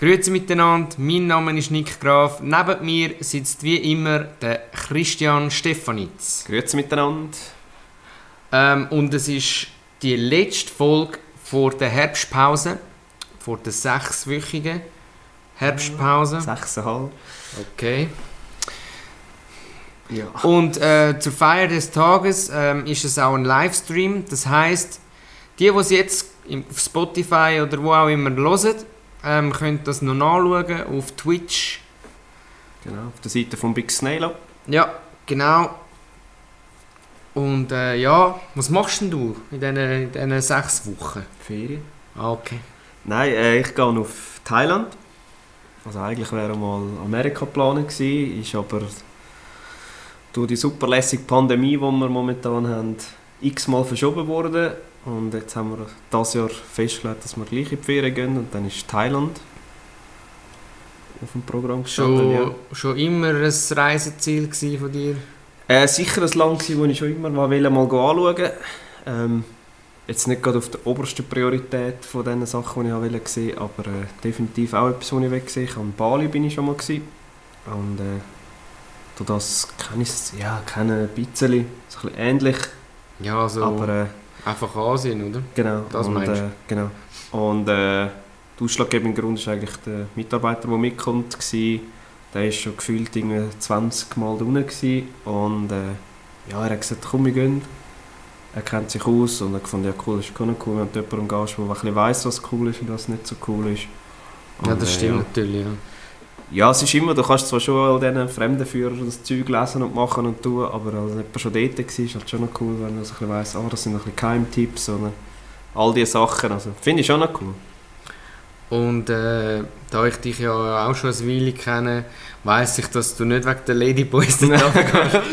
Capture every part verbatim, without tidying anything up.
Grüezi miteinander, mein Name ist Nick Graf. Neben mir sitzt wie immer der Christian Stefanitz. Grüezi miteinander. Ähm, und es ist die letzte Folge vor der Herbstpause, vor der sechswöchigen Herbstpause. Sechseinhalb. Okay. Ja. Und äh, zur Feier des Tages ähm, ist es auch ein Livestream. Das heisst, die, die es jetzt auf Spotify oder wo auch immer hören, ähm, können das noch nachschauen auf Twitch. Genau, auf der Seite von Big Snail. Ja, genau. Und äh, ja, was machst denn du in diesen, in diesen sechs Wochen? Ferien. Ah, okay. Nein, äh, ich gehe auf Thailand. Also eigentlich wäre mal Amerika geplant gewesen, ist aber durch die super lässige Pandemie, die wir momentan haben, x-mal verschoben worden. Und jetzt haben wir dieses Jahr festgelegt, dass wir gleich in die Ferien gehen. Und dann ist Thailand auf dem Programm gestanden. Schon, ja. schon immer ein Reiseziel gewesen von dir? Äh, sicher ein Land, das ich schon immer mal anschauen wollte. Ähm, jetzt nicht gerade auf der obersten Priorität von den Sachen, die ich wollte sehen, aber äh, definitiv auch etwas, was ich will sehen. An Bali bin ich schon mal gewesen. Und äh, durch das kenne ich es, ja, kenne ein bisschen, so ein bisschen ähnlich. Ja, so Aber, äh, einfach Asien, oder? genau. Das und, meinst du? äh, genau. Und äh, der ausschlaggebende Grund war eigentlich der Mitarbeiter, der mitkommt. Gewesen. Der war schon gefühlt irgendwie zwanzig Mal da unten gewesen. Und äh, ja, er hat gesagt, komm, wir gehen. Er kennt sich aus und er fand, ja cool, ist cool, wenn du jemandem gehst, der ein bisschen weiss, was cool ist und was nicht so cool ist. Und, Ja, das stimmt äh, ja. natürlich, ja. Ja, es ist immer, du kannst zwar schon all diesen Fremdenführern das Zeug lesen und machen und tun, aber als jemand schon dort war, ist es halt schon noch cool, wenn man so ein bisschen weiss, ah, das sind ein bisschen Geheimtipps und all diese Sachen, also finde ich schon noch cool. Und äh, da ich dich ja auch schon eine Weile kenne, weiss ich, dass du nicht wegen der Ladyboys dort runtergehst.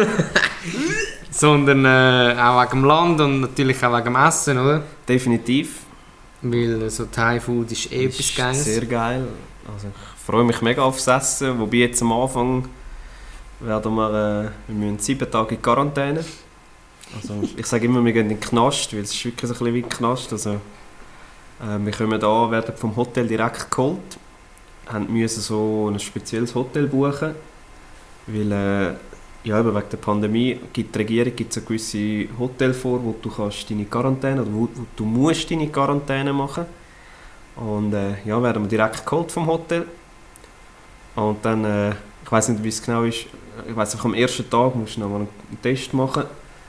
Sondern äh, auch wegen dem Land und natürlich auch wegen dem Essen, oder? Definitiv. Weil so Thai-Food ist eh etwas Ist Geiles. sehr geil. Also ich freue mich mega aufs Essen, wobei jetzt am Anfang werden wir, äh, wir müssen sieben Tage in Quarantäne. Also ich sage immer, wir gehen in den Knast, weil es ist wirklich so ein bisschen wie ein Knast. Also, äh, wir kommen da, werden vom Hotel direkt geholt, müssen so ein spezielles Hotel buchen, weil äh, ja, eben wegen der Pandemie gibt die Regierung gibt ein gewisse Hotel vor, wo du kannst deine Quarantäne oder wo, wo du musst deine Quarantäne machen. Und äh, ja, werden wir direkt geholt vom Hotel. Und dann, äh, ich weiß nicht, wie es genau ist, ich weiß einfach, am ersten Tag musst du noch mal einen Test machen.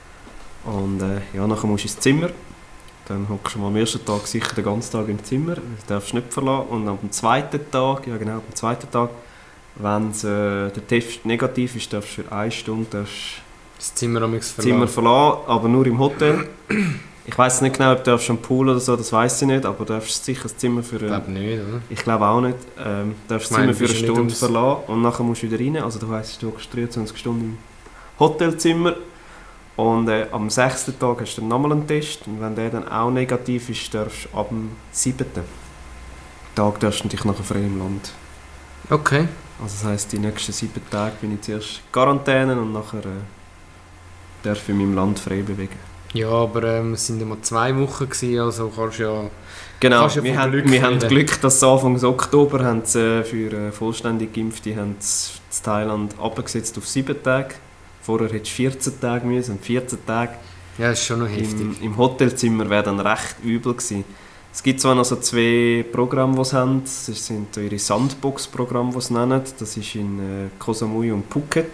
Und äh, ja, nachher musst du ins Zimmer. Dann hockst du mal am ersten Tag sicher den ganzen Tag im Zimmer, das darfst du nicht verlassen. Und am zweiten Tag, ja genau, am zweiten Tag, wenn äh, der Test negativ ist, darfst du für eine Stunde darfst Das Zimmer am das Zimmer verlassen, aber nur im Hotel. Ich weiß nicht genau, ob du am Pool oder so, das weiß ich nicht, aber du darfst sicher das Zimmer für... Ich glaube nicht, oder? Ich glaube auch nicht. Ähm, du darfst das Zimmer für eine Stunde verlassen und nachher musst du wieder rein. Also du weißt, du hockst dreiundzwanzig Stunden im Hotelzimmer. Und äh, am sechsten Tag hast du dann nochmal einen Test. Und wenn der dann auch negativ ist, darfst du ab dem siebten Tag darfst du dich nachher frei im Land. Okay. Also das heisst, die nächsten sieben Tage bin ich zuerst in Quarantäne und nachher äh, darf ich in meinem Land frei bewegen. Ja, aber ähm, es waren immer zwei Wochen, gewesen, also kannst ja... Genau, kannst ja wir, von haben, Glück wir haben reden. Glück, dass Anfang Oktober haben sie, äh, für äh, vollständig Geimpfte haben sie in Thailand abgesetzt auf sieben Tage. Vorher hättest du vierzehn Tage müssen und vierzehn Tage Ja, das ist schon noch heftig. im, im Hotelzimmer wäre dann recht übel gewesen. Es gibt zwar noch so zwei Programme, die sie haben. Das sind ihre Sandbox-Programme, die sie nennen. Das ist in äh, Koh Samui und Phuket.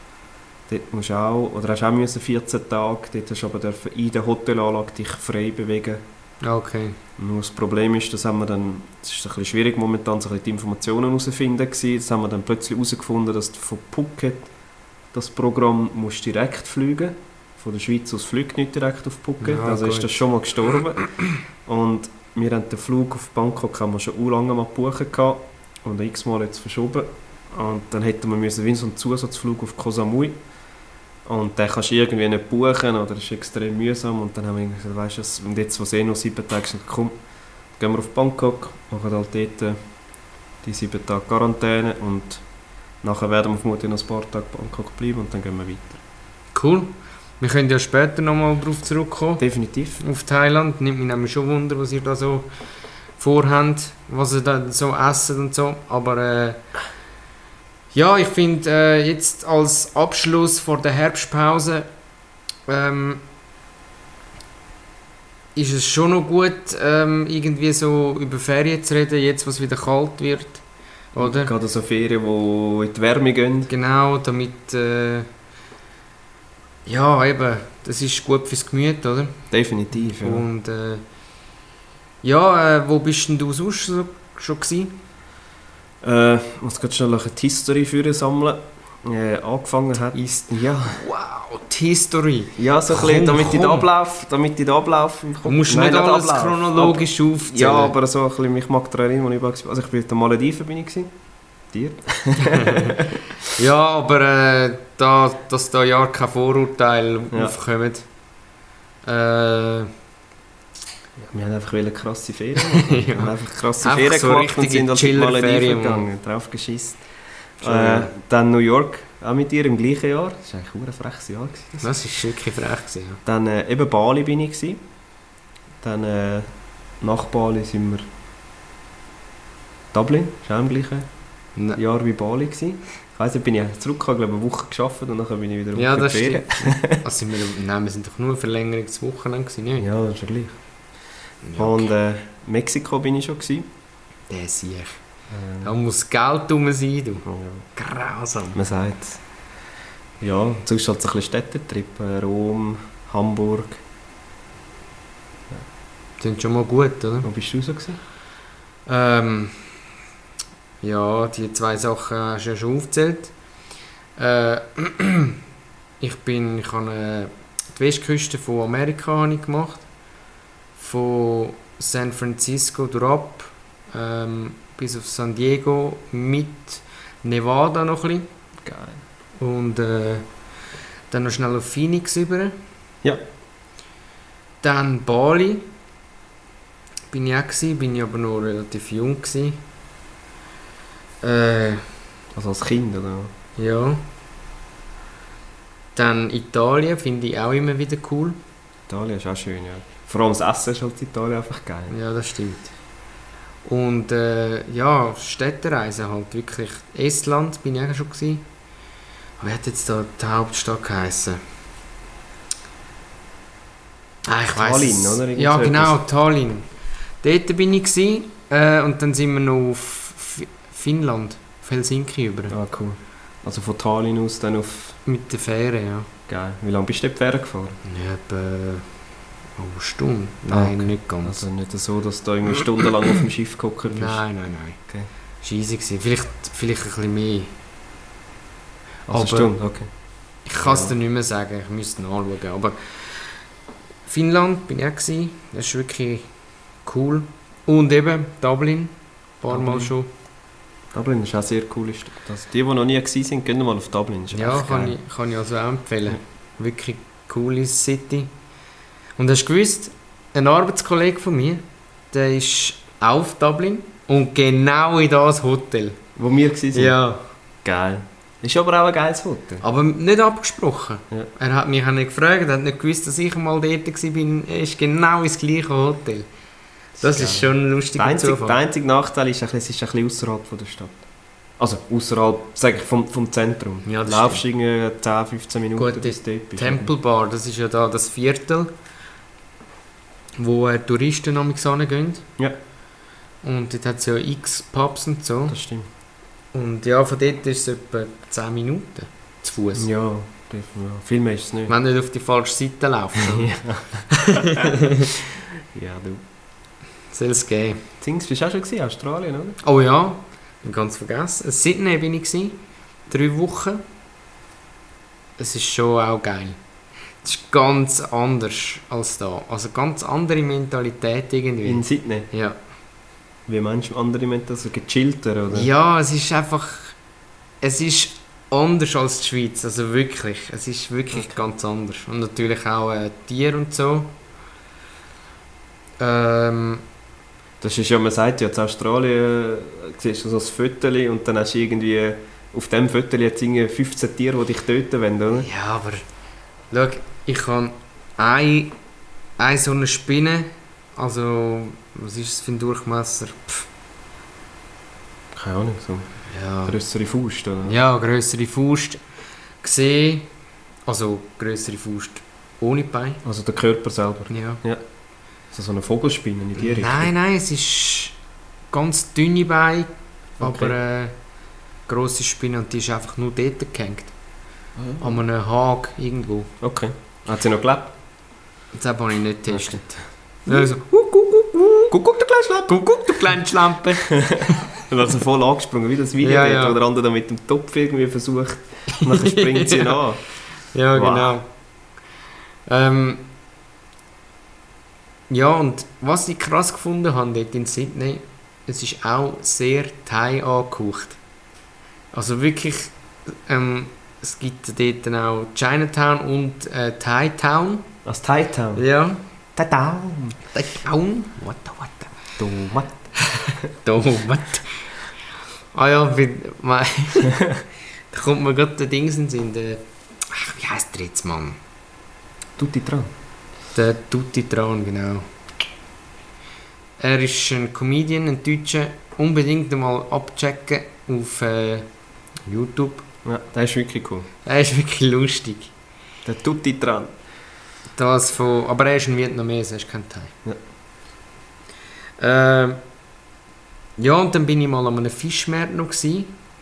Dort musst du auch, oder hast du auch müssen vierzehn Tage, dort hast du aber dürfen in der Hotelanlage dich frei bewegen. Okay. Nur das Problem ist, dass haben wir dann, es ist ein bisschen schwierig momentan, so ein bisschen die Informationen herauszufinden gewesen. Das haben wir dann plötzlich herausgefunden, dass du von Phuket das Programm musst direkt fliegen. Von der Schweiz aus fliegt nicht direkt auf Phuket, Ja, also gut. ist das schon mal gestorben. Und wir haben den Flug auf Bangkok haben wir schon u lange mal gebucht gehabt und x-mal jetzt verschoben. Und dann hätten wir müssen wie so einen Zusatzflug auf Koh Samui. Und den kannst du irgendwie nicht buchen oder das ist extrem mühsam. Und dann haben wir gesagt, weißt du, und jetzt, wo es eh noch sieben Tage sind, komm, gehen wir auf Bangkok, machen halt dort die sieben Tage Quarantäne und nachher werden wir vermutlich noch ein paar Tage in Bangkok bleiben und dann gehen wir weiter. Cool. Wir können ja später nochmal darauf zurückkommen. Definitiv. Auf Thailand. Nimmt mich nämlich schon Wunder, was ihr da so vorhaben, was sie dann so essen und so. Aber äh, ja, ich finde äh, jetzt als Abschluss vor der Herbstpause ähm, ist es schon noch gut, ähm, irgendwie so über Ferien zu reden, jetzt, was wieder kalt wird, oder? Gerade so Ferien, die in die Wärme gehen. Genau, damit, äh, ja eben, das ist gut fürs Gemüt, oder? Definitiv, ja. Und äh, ja, äh, wo bist denn du sonst so, schon gewesen? Äh, ich muss gerade schnell die History für sammeln. Äh, angefangen hat. Ist Ja. Wow, die History! Ja, so ein Komm, bisschen, damit ich den komm. Ablauf, damit ich den Ablauf im Kopf... Du musst Nein, nicht alles Ablauf. chronologisch aufzählen. Ja, aber so ein bisschen, mich mag daran erinnern, wo ich überall war. Also ich bin auf den Malediven, bin ich gewesen. Dir? Ja, aber äh, da, dass da ja kein Vorurteil Ja. aufkommen. Äh, Wir haben einfach eine krasse Ferien machen. Wir Ja. haben einfach krasse Einfach Ferien so gemacht und richtige sind auf die Chiller-Ferien, Malediven Mann. gegangen, drauf geschissen. Schon, Äh, ja. dann New York, auch mit dir im gleichen Jahr. Das war eigentlich ein freches Jahr. gewesen, das. Das war wirklich frech. Gewesen, ja. Dann äh, eben Bali bin ich. Gewesen. Dann äh, nach Bali sind wir Dublin, das war auch im gleichen Ne- Jahr wie Bali. Gewesen. Ich weiss nicht, bin ich zurückgekommen, glaube eine Woche gearbeitet und dann bin ich wieder eine Ja, Woche das in die Ferien. stimmt. Also sind wir, nein, wir sind doch nur Verlängerungswochenende gewesen, nicht? Ja, das ist ja gleich. Ja, Und äh, Mexiko bin ich schon. Gewesen. der sehe ich. Äh, Da muss Geld rum sein, du. ja. Grausam. Man sagt, ja, sonst halt so ein bisschen Städtetrip. Äh, Rom, Hamburg. Klingt schon mal gut, oder? Wo bist du so gewesen? Ähm, ja, die zwei Sachen hast du ja schon aufgezählt. Äh, ich bin, ich habe äh, die Westküste von Amerika habe ich gemacht. Von San Francisco durchab ähm, bis auf San Diego mit Nevada noch ein bisschen. Geil. Und äh, dann noch schnell auf Phoenix über. Ja. Dann Bali. Bin ich auch gewesen, bin ich aber noch relativ jung gewesen. Äh, Also als Kind, oder? ja. Dann Italien finde ich auch immer wieder cool. Italien ist auch schön, ja. Vor allem das Essen ist halt in Italien einfach geil. Ja, das stimmt. Und äh, ja, Städtereisen halt wirklich. Estland bin ich auch schon gewesen. Wie hat jetzt da die Hauptstadt geheißen? Ah, ich weiss Tallinn, es. oder? Irgend Ja, so genau, etwas. Tallinn. Dort bin ich gewesen, äh, und dann sind wir noch auf F- Finnland, auf Helsinki über. Ah, cool. Also von Tallinn aus dann auf... Mit der Fähre, ja. Geil. Wie lange bist du dort Fähre gefahren? Ja, etwa oh, eine Stunde. Ah, Nein, okay. nicht ganz. Also nicht so, dass du irgendwie stundenlang auf dem Schiff gehockt bist? Nein, nein, nein. Okay. Das war easy gewesen. Vielleicht, vielleicht ein bisschen mehr. Also eine Aber- Stunde, okay. Ich kann es Ja. dir nicht mehr sagen, ich müsste nachschauen. Aber Finnland bin ich auch gewesen. Das ist wirklich cool. Und eben Dublin, ein paar Dublin. Mal schon. Dublin ist auch eine sehr coole Stadt. Also die, die noch nie gewesen sind, gehen mal auf Dublin. Das ist Ja, echt kann geil. ich, kann ich also auch empfehlen. Wirklich coole City. Und hast du gewusst, ein Arbeitskollege von mir, der ist auch auf Dublin und genau in das Hotel. Wo wir waren? Ja. Geil. Ist aber auch ein geiles Hotel. Aber nicht abgesprochen. Ja. Er hat mich auch nicht gefragt, er hat nicht gewusst, dass ich mal dort war. Er ist genau ins gleiche Hotel. Das ist schon ein Der lustiger einzige, der Zufall. einzige Nachteil ist, ein bisschen, es ist ein bisschen außerhalb von der Stadt. Also außerhalb, sage ich, vom, vom Zentrum. Ja, das du laufst irgendwie zehn, fünfzehn Minuten Gut, bis du dort bist. Temple Bar, das ist ja da das Viertel, wo äh, Touristen nämlich hingehen. Ja. Und dort hat es ja x Pubs und so. Das stimmt. Und ja, von dort ist es etwa zehn Minuten zu Fuß. Ja, definitiv. Ja. Viel mehr ist es nicht. Wenn du nicht auf die falsche Seite laufst. Ja, du. Soll es geben. Dings, bist du auch schon gewesen, Australien, oder? Oh ja, ich ganz vergessen. Sydney bin ich gewesen, drei Wochen. Es ist schon auch geil. Es ist ganz anders als da. Also ganz andere Mentalität irgendwie. In Sydney. Ja. Wie meinst du andere Menschen, also gechillter, oder? Ja, es ist einfach... Es ist anders als die Schweiz, also wirklich. Es ist wirklich Okay. ganz anders. Und natürlich auch äh, Tiere und so. Ähm, Das ist ja, man sagt ja, in Australien äh, siehst du so ein Fötterchen und dann hast du irgendwie, auf dem Fötterchen jetzt irgendwie fünfzehn Tiere, die dich töten wollen, oder? ja, aber... Schau, ich habe eine, eine so eine Spinne Also, was ist es für ein Durchmesser? Pff, Keine Ahnung, so ja. grössere Faust, oder? Ja, grössere Faust gesehen. Also, grössere Faust ohne Bein. Also der Körper selber. Ja. Also so eine Vogelspinne in die Richtung. Nein, nein, es ist ganz dünne Beine, Okay. aber äh, grosse Spinne und die ist einfach nur dort gehängt. Mhm. An einem Hag irgendwo. Okay. Hat sie noch gelebt? Das habe ich nicht getestet. Okay. Also, guck, guck, guck, guck, Guck, guck, der kleine Schlampe! guck, guck, du kleine Schlampe. Und dann so voll angesprungen, wie das Video Ja, dort, ja. wo der andere dann mit dem Topf irgendwie versucht. Und dann springt sie ihn an. Ja, Wow. genau. Ähm, ja, und was ich krass gefunden habe dort in Sydney, es ist auch sehr Thai angehaucht. Also wirklich, ähm, es gibt dort dann auch Chinatown und äh, Thai Town. Als Thai Town. Ja. Thai Town. Thai Town? What the, what the? Tomat. Da, what? Ah ja, wie, mei- da kommt mir gerade der Dings in den Sinn, der, ach, wie heisst der jetzt, Mann? Tutti dran. Der Tutti Tran, genau. Er ist ein Comedian, ein Deutscher. Unbedingt mal abchecken auf äh, YouTube. Ja, der ist wirklich cool. Er ist wirklich lustig. Der Tutti dran. Das von, aber er ist ein Vietnamese, er ist kein Thai. Ja. Äh, ja, und dann bin ich mal an einem Fischmarkt noch gsi.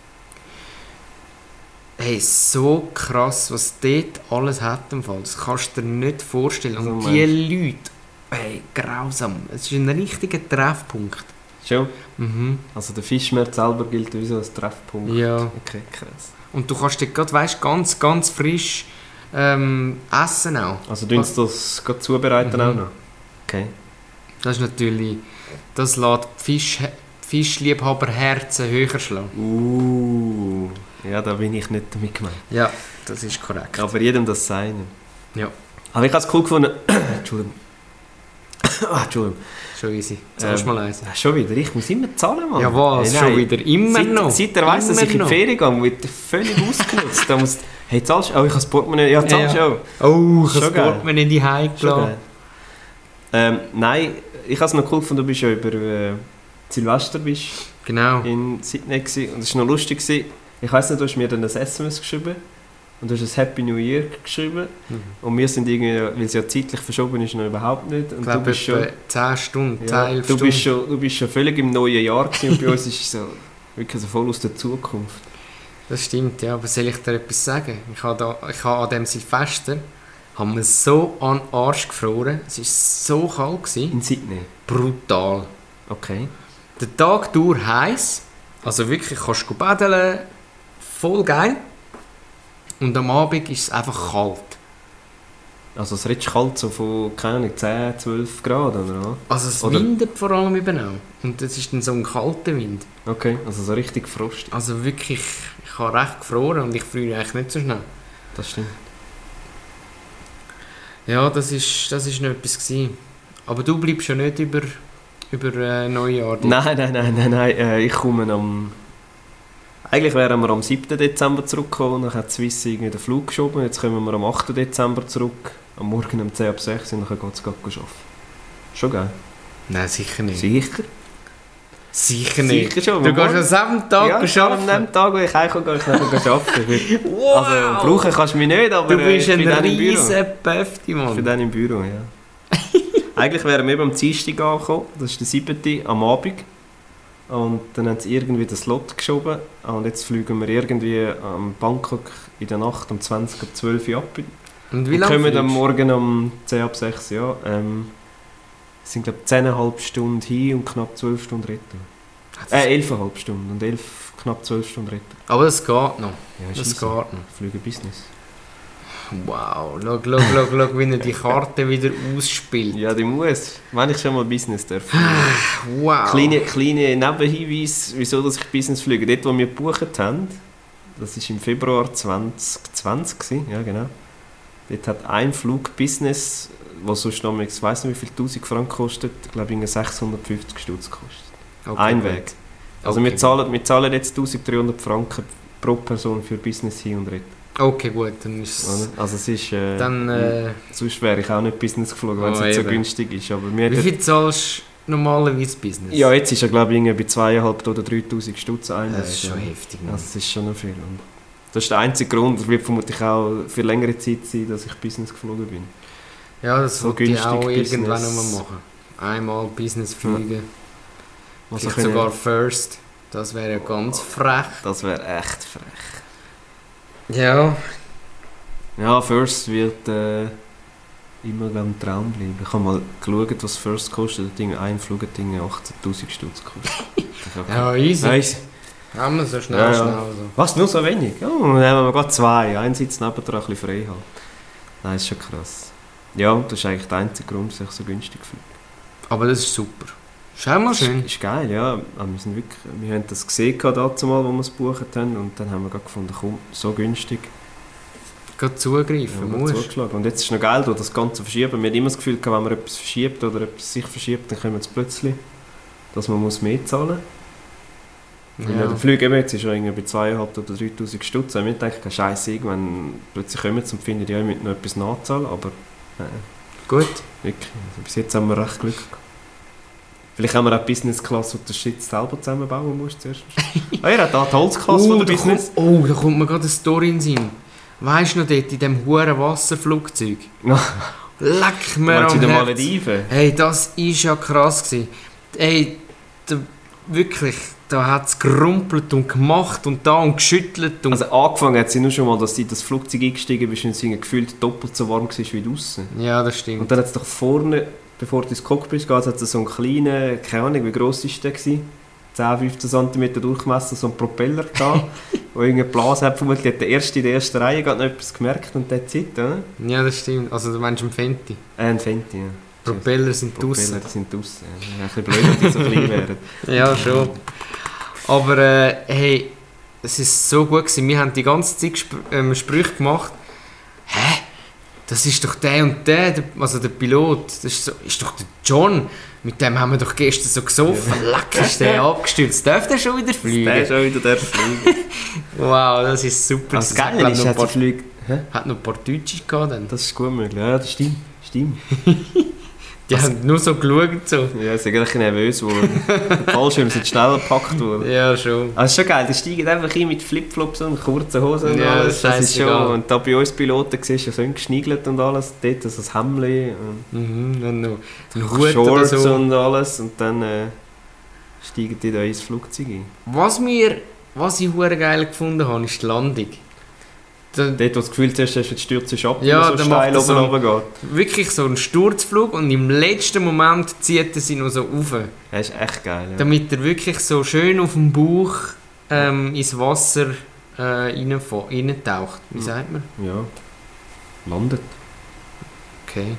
Hey, so krass, was dort alles hat im Fall. Das kannst du dir nicht vorstellen. Und Also, die Leute, hey, grausam. Es ist ein richtiger Treffpunkt. Schon? Mhm. Also der Fischmarkt selber gilt wie so als Treffpunkt. Ja. Okay, krass. Und du kannst dort grad, weißt, ganz, ganz frisch ähm, essen auch. Also tun sie das gerade zubereiten Mhm. auch noch? Okay. Das ist natürlich, das lässt die Fisch, Fischliebhaberherzen höher schlagen. Uh, ja, da bin ich nicht damit gemeint. Ja, das ist korrekt. Aber jedem das Seine. Ja. Aber ich habe es cool gefunden. Entschuldigung. ah, Entschuldigung. Schon easy. Zahlst Ähm, mal eins. Ja, schon wieder. Ich muss immer zahlen, Mann. Ja was, Hey, schon nein. wieder. Immer seit, noch. Seit er weiss, dass ich in die Immer Ferien gehe, wird er völlig ausgenutzt. Da muss, hey, zahlst du? Oh, ich habe das Portemonnaie. Ja, zahlst du Ja, auch. noch. Oh, ich Schon habe das geil. Portemonnaie in die Hause Schon gelassen. geil. Ähm, nein, ich habe es noch cool gefunden, du bist ja über äh, Silvester bist Genau. in Sydney gewesen. Und es war noch lustig. Gewesen. Ich weiss nicht, du hast mir dann ein S M S geschrieben und du hast ein Happy New Year geschrieben. Mhm. Und wir sind irgendwie, weil es ja zeitlich verschoben ist, noch überhaupt nicht. Und Ich du glaube, bist schon, etwa zehn Stunden, ja, zehn, elf du Stunden. bist schon, du bist schon völlig im neuen Jahr gewesen und bei uns ist es so wirklich so voll aus der Zukunft. Das stimmt, ja. Aber soll ich dir etwas sagen? Ich habe, da, ich habe an diesem Silvester haben wir so an den Arsch gefroren. Es war so kalt. Gewesen. In Sydney. Brutal. Okay. Der Tag durch heiß. Also wirklich, kannst du baden. Voll geil. Und am Abend ist es einfach kalt. Also es ist kalt so von, keine Ahnung, zehn, zwölf Grad, oder? was? Also es Oder- windet vor allem eben auch. Und das ist dann so ein kalter Wind. Okay, also so richtig frostig. Also wirklich, ich habe recht gefroren und ich friere eigentlich nicht so schnell. Das stimmt. Ja, das ist, das ist noch etwas gewesen. Aber du bleibst ja nicht über, über äh, Neujahr. dort. Nein, nein, nein, nein, nein. Äh, ich komme am... Eigentlich wären wir am siebten Dezember zurückgekommen, dann hat Swiss irgendwie den Flug geschoben. Jetzt kommen wir am achten Dezember zurück, am Morgen um zehn ab sechs und dann geht es gerade arbeiten. Schon geil. Nein, sicher nicht. Sicher? Sicher nicht. Sicher schon. Du Wir gehst an sieben Tag ja, schon arbeiten. an dem Tag, wo ich heimkomme, gehe ich nachher arbeiten. Wow! Also brauchen kannst du mich nicht, aber Du bist äh, ein ich bin dann im Büro. riesen Päfti, Ich bin Mann. dann im Büro, ja. Eigentlich wären wir eben am Dienstag angekommen, das ist der siebte am Abend. Und dann haben sie irgendwie den Slot geschoben und jetzt fliegen wir irgendwie am Bangkok in der Nacht um zwanzig ab zwölf Uhr ab. Und wie Und lange kommen dann fliegst du? morgen um zehn ab sechs, ja. Ähm, es sind glaube ich zehn Komma fünf Stunden hin und knapp zwölf Stunden retour. Äh, elf Komma fünf Stunden und elf, knapp zwölf Stunden retour. Aber das geht noch. Ja, Das ist geht easy. noch. Flüge Business. Wow, schau, schau, schau, schau, wie er die Karte wieder ausspielt. Ja, die muss. Wenn ich schon mal Business darf. Wow. Kleine, kleine Nebenhinweis, wieso dass ich Business fliege. Dort, wo wir gebucht haben, das war im Februar zwanzig zwanzig, gewesen, ja genau. Dort hat ein Flug Business, was sonst noch, ich weiss nicht wie viel tausend Franken kostet, ich glaube ich sechshundertfünfzig Stutz gekostet. Okay, ein gut. Weg. Also Okay. wir, zahlen, wir zahlen jetzt dreizehnhundert Franken pro Person für Business hin und retour. Okay, gut, dann ist es... Also es ist... Äh, Dann, äh, sonst wäre ich auch nicht Business geflogen, wenn es Oh, nicht so eben. günstig ist. Aber wir wie hätten- viel zahlst du normalerweise Business? Ja, jetzt ist er glaube ich irgendwie bei zweitausendfünfhundert oder dreitausend Stutz ein. Das ist schon heftig. Mann. Also das ist schon noch viel. Und das ist der einzige Grund, das wird vermutlich auch für längere Zeit sein, dass ich Business geflogen bin. Ja, das so wollte ich günstig auch Business. irgendwann mal machen. Einmal Business fliegen, Also vielleicht sogar First. Das wäre ja ganz frech. Das wäre echt frech. Ja, Ja, First wird äh, immer glaub, ein Traum bleiben. Ich habe mal geschaut, was First kostet. Das Ding, ein Flug hat irgendwie achtzehntausend Stutz gekostet. ja easy. Nice. Haben wir so schnell, Ja, ja. schnell so. Was, nur so wenig? Ja, dann haben wir gerade zwei. Einen sitzt nebendran, ein bisschen frei halt. Nein, das ist schon krass. Ja, das ist eigentlich der einzige Grund, dass ich so günstig fühle. Aber das ist super. Schau mal schön. Das ist geil, ja. Aber wir, sind wirklich, wir haben das gesehen, dazu mal, wo wir es gebucht haben. Und dann haben wir gerade gefunden, komm, so günstig. Gerade zugreifen, Ja, wir haben musst. zugeschlagen. Und jetzt ist noch geil, durch das Ganze verschieben. Wir haben immer das Gefühl, wenn man etwas verschiebt oder etwas sich verschiebt, dann kommen es plötzlich, dass man muss mehr zahlen muss. Ja. Ja. Der Flug eben jetzt ist ja irgendwie bei zweitausendfünfhundert oder dreitausend Stutz. Wir denken, kein Scheiß, irgendwann plötzlich kommen sie und finden, ja, ich müssen noch etwas nachzahlen. Aber nein, Gut. wirklich. Also bis jetzt haben wir recht Glück gehabt. Vielleicht haben wir auch Business Class, wo du den Shit selber zusammenbauen musst zuerst. Ah, ihr habt da die Holzklasse von Oh, der da kommt, Business. oh, da kommt mir gerade eine Story in den Sinn. Weißt du noch dort in diesem hohen Wasserflugzeug? Ja. Leck mir Meinst du am in den Herz. Malediven? Hey, das war ja krass. Gewesen. Hey, da, wirklich, da hat es gerumpelt und gemacht und da und geschüttelt. Und Also angefangen hat sie nur schon mal, dass du in das Flugzeug eingestiegen bist und es irgendwie gefühlt doppelt so warm war wie draußen. ja, das stimmt. Und dann hat es doch vorne, bevor du ins Cockpit gehst, hat es so einen kleinen, keine Ahnung, wie gross war der? gewesen? zehn, fünfzehn Zentimeter Durchmesser, so einen Propeller da, wo irgendeine Blase hat. Vermutlich hat der Erste in der ersten Reihe gerade noch etwas gemerkt und that's it, oder? Ja, das stimmt. Also du meinst im Fenty. Äh, ein Fenty, ja. Propeller sind Propeller draussen. die sind draussen. Ja. Ein bisschen blöd, wenn die so klein wären. Ja, schon. Aber äh, hey, es ist so gut gewesen. Wir haben die ganze Zeit Gespr ähm, Sprüche gemacht. Hä? Das ist doch der und der, der also der Pilot. Das ist, so, ist doch der John. Mit dem haben wir doch gestern so gesoffen. Ja. Leck, ist der abgestürzt. Darf der schon wieder fliegen? Der ist schon wieder der Fliegen. Wow, das ist super. Das Es Geile hat, ist, glaub, hat noch der Flug... Hä? hat noch ein paar Deutsche gehabt dann. Das ist gut möglich. Ja, das stimmt. Stimmt. Die das haben nur so geschaut. So. Ja, sie sind ein bisschen nervös geworden. Der Fallschirm sind schneller gepackt worden. Ja, schon. Also ist schon geil, die steigen einfach ein mit Flipflops und kurzen Hosen und Ja, alles. Das ist schon, scheissegal. und da bei uns Piloten siehst du so geschniegelt und alles, dort so das Hemdli Mhm, dann noch ein und Hut oder Shorts so. und alles und dann äh, steigen die da ins Flugzeug ein. Was, mir, was ich hure geil gefunden habe, ist die Landung. Da, Dort, wo du das Gefühl hast, jetzt stürzt es ab, Ja, wenn so dann steil macht er oben so- runter geht. wirklich so ein Sturzflug und im letzten Moment zieht er sie noch so rauf. Das ist echt geil. Ja. Damit er wirklich so schön auf dem Bauch ähm, ins Wasser äh, reinfa- reintaucht. Wie Mhm. sagt man? ja. Landet. Okay.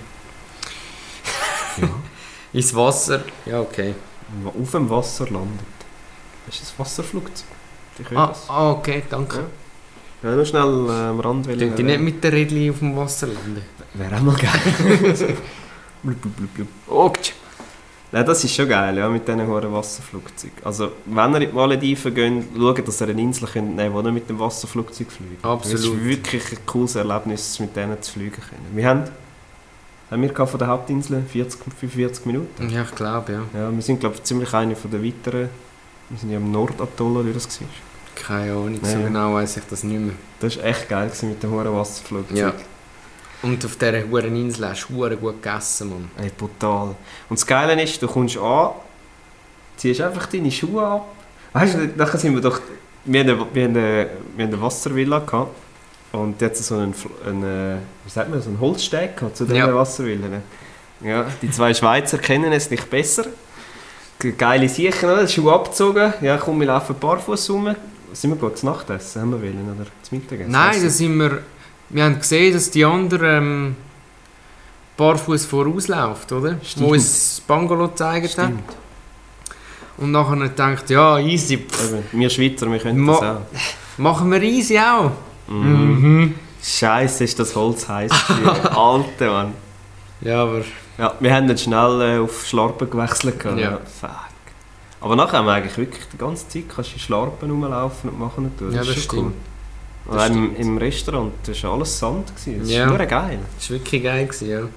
Ja. Ins Wasser. Ja, okay. Auf dem Wasser landet. Das ist ein Wasserflugzeug. Die können Ah, das. ah, okay, danke. Ja. Ja, nur schnell äh, am Rand. Könnt ihr nicht mit der Rädchen auf dem Wasser landen? Wäre auch mal geil. blub, blub, blub, blub. Oh, tsch. Nein, das ist schon geil, ja, mit diesen hohen Wasserflugzeugen. Also, wenn ihr in die Malediven geht, schaut, dass ihr eine Insel könnt nehmen könnt, wo ihr mit dem Wasserflugzeug fliegt. Absolut. Es ist wirklich ein cooles Erlebnis, mit denen zu fliegen können. Wir haben, haben wir gehabt von der Hauptinsel vierzig, fünfundvierzig Minuten. Ja, ich glaube, ja. Ja, wir sind, glaube ich, ziemlich eine von der weiteren. Wir sind ja am Nordatoll, wie das war. Keine Ahnung, Ja, so ja. genau weiss ich das nicht mehr. Das war echt geil gewesen mit dem hohen Wasserflugzeug. Ja. Und auf dieser hohen Insel hast du hure gut gegessen, Mann. Ey, brutal. Und das Geile ist, du kommst an, ziehst einfach deine Schuhe ab. Weißt du, nachher sind wir doch... Wir hatten eine, wir hatten eine, wir hatten eine Wasservilla gehabt. Und die hat so einen, einen, wie sagt man, so einen Holzsteg gehabt zu diesen Ja. Wasservillen. Ja, die zwei Schweizer kennen es nicht besser. Geile Sachen, oder? Schuhe abgezogen. Ja, komm, wir laufen barfuß rum. Sind wir gut zu Nachtessen, haben wir wollen, oder zu Mittagessen? Nein, Weiss da sind wir... Wir haben gesehen, dass die andere ähm, barfuß vorausläuft, oder? Stimmt. Wo uns das Bungalow gezeigt hat. Stimmt. Und nachher gedacht, ja, easy. Pff, Eben, wir Schweizer, wir können Ma- das auch. machen wir easy auch. Mhm. Scheiße, ist das Holz heiß. Alter, Mann. Ja, aber... Ja, wir haben dann schnell äh, auf Schlarpen gewechselt. gehabt. Ja. Fuck. Aber nachher haben wir eigentlich wirklich die ganze Zeit kannst du in Schlarpen rumlaufen und machen und tun. Ja, das ist schon stimmt. Und im, im Restaurant das war alles Sand. Gewesen. Das Ja. war ja. geil. Das war wirklich geil, gewesen, ja.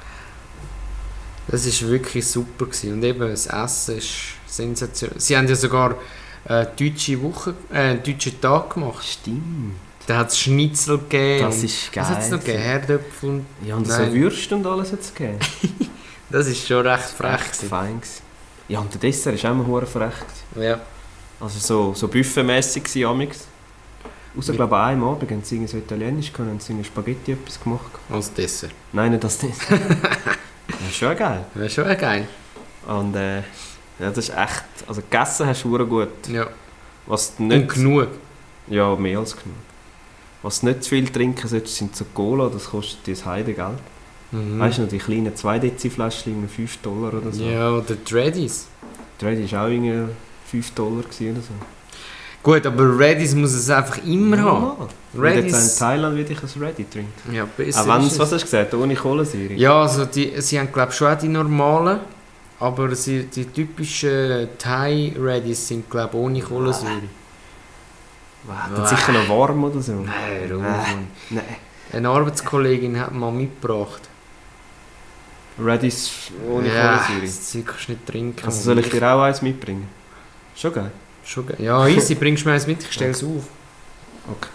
Das war wirklich super. Gewesen. Und eben, das Essen ist sensationell. Sie haben ja sogar äh, deutsche Woche, äh, deutschen Tag gemacht. Stimmt. Da hat es Schnitzel gegeben. Das und- ist geil. Was hat es noch gegeben? Herdöpfel und... Ja, und so Nein. Würste und alles hat es gegeben. Das ist schon recht frech. Echt gewesen. fein gewesen. Ja, und der Dessert war auch immer hure frech. gewesen. Ja. Also so, so buffetmässig gewesen, amix. Außer, glaube ich, einmal Abend haben sie irgendwie so italienisch gehabt, haben sie irgendwie Spaghetti etwas gemacht. Als Dessert. Nein, nicht das Dessert. Das ist schon geil. Das wäre schon geil. Und äh, ja, das ist echt... Also gegessen hast du hure gut. Ja. Was du Und nicht... genug. Ja, mehr als genug. Was du nicht zu viel trinken solltest, sind so Cola, das kostet dir das Heidegeld. Mhm. Weißt du noch, die kleinen zwei Dezi Fläschchen, fünf Dollar oder so. Ja, oder die Reddies. Die Ready war auch irgendwie fünf Dollar gewesen oder so. Gut, aber Reddies muss es einfach immer haben. Ja. Und jetzt Reddies... in Thailand würde ich ein Ready trinken. Ja, besser Auch wenn ist es, was es. hast du gesagt, ohne Kohlensäure? Ja, also die, sie haben glaube ich schon auch die normalen, aber sie, die typischen Thai-Reddies sind glaube ich ohne Kohlensäure. Wow, dann sicher noch warm oder so. Nein, hör auf, Nein. Mann. Nein. Eine Arbeitskollegin hat mal mitgebracht. Reddys ohne ja, Kohlensäure. das Zeug kannst du nicht trinken. Also soll ich dir auch eins mitbringen? Schon geil. Schon ge- Ja, easy, bringst du mir eins mit, ich stelle es auf. Okay.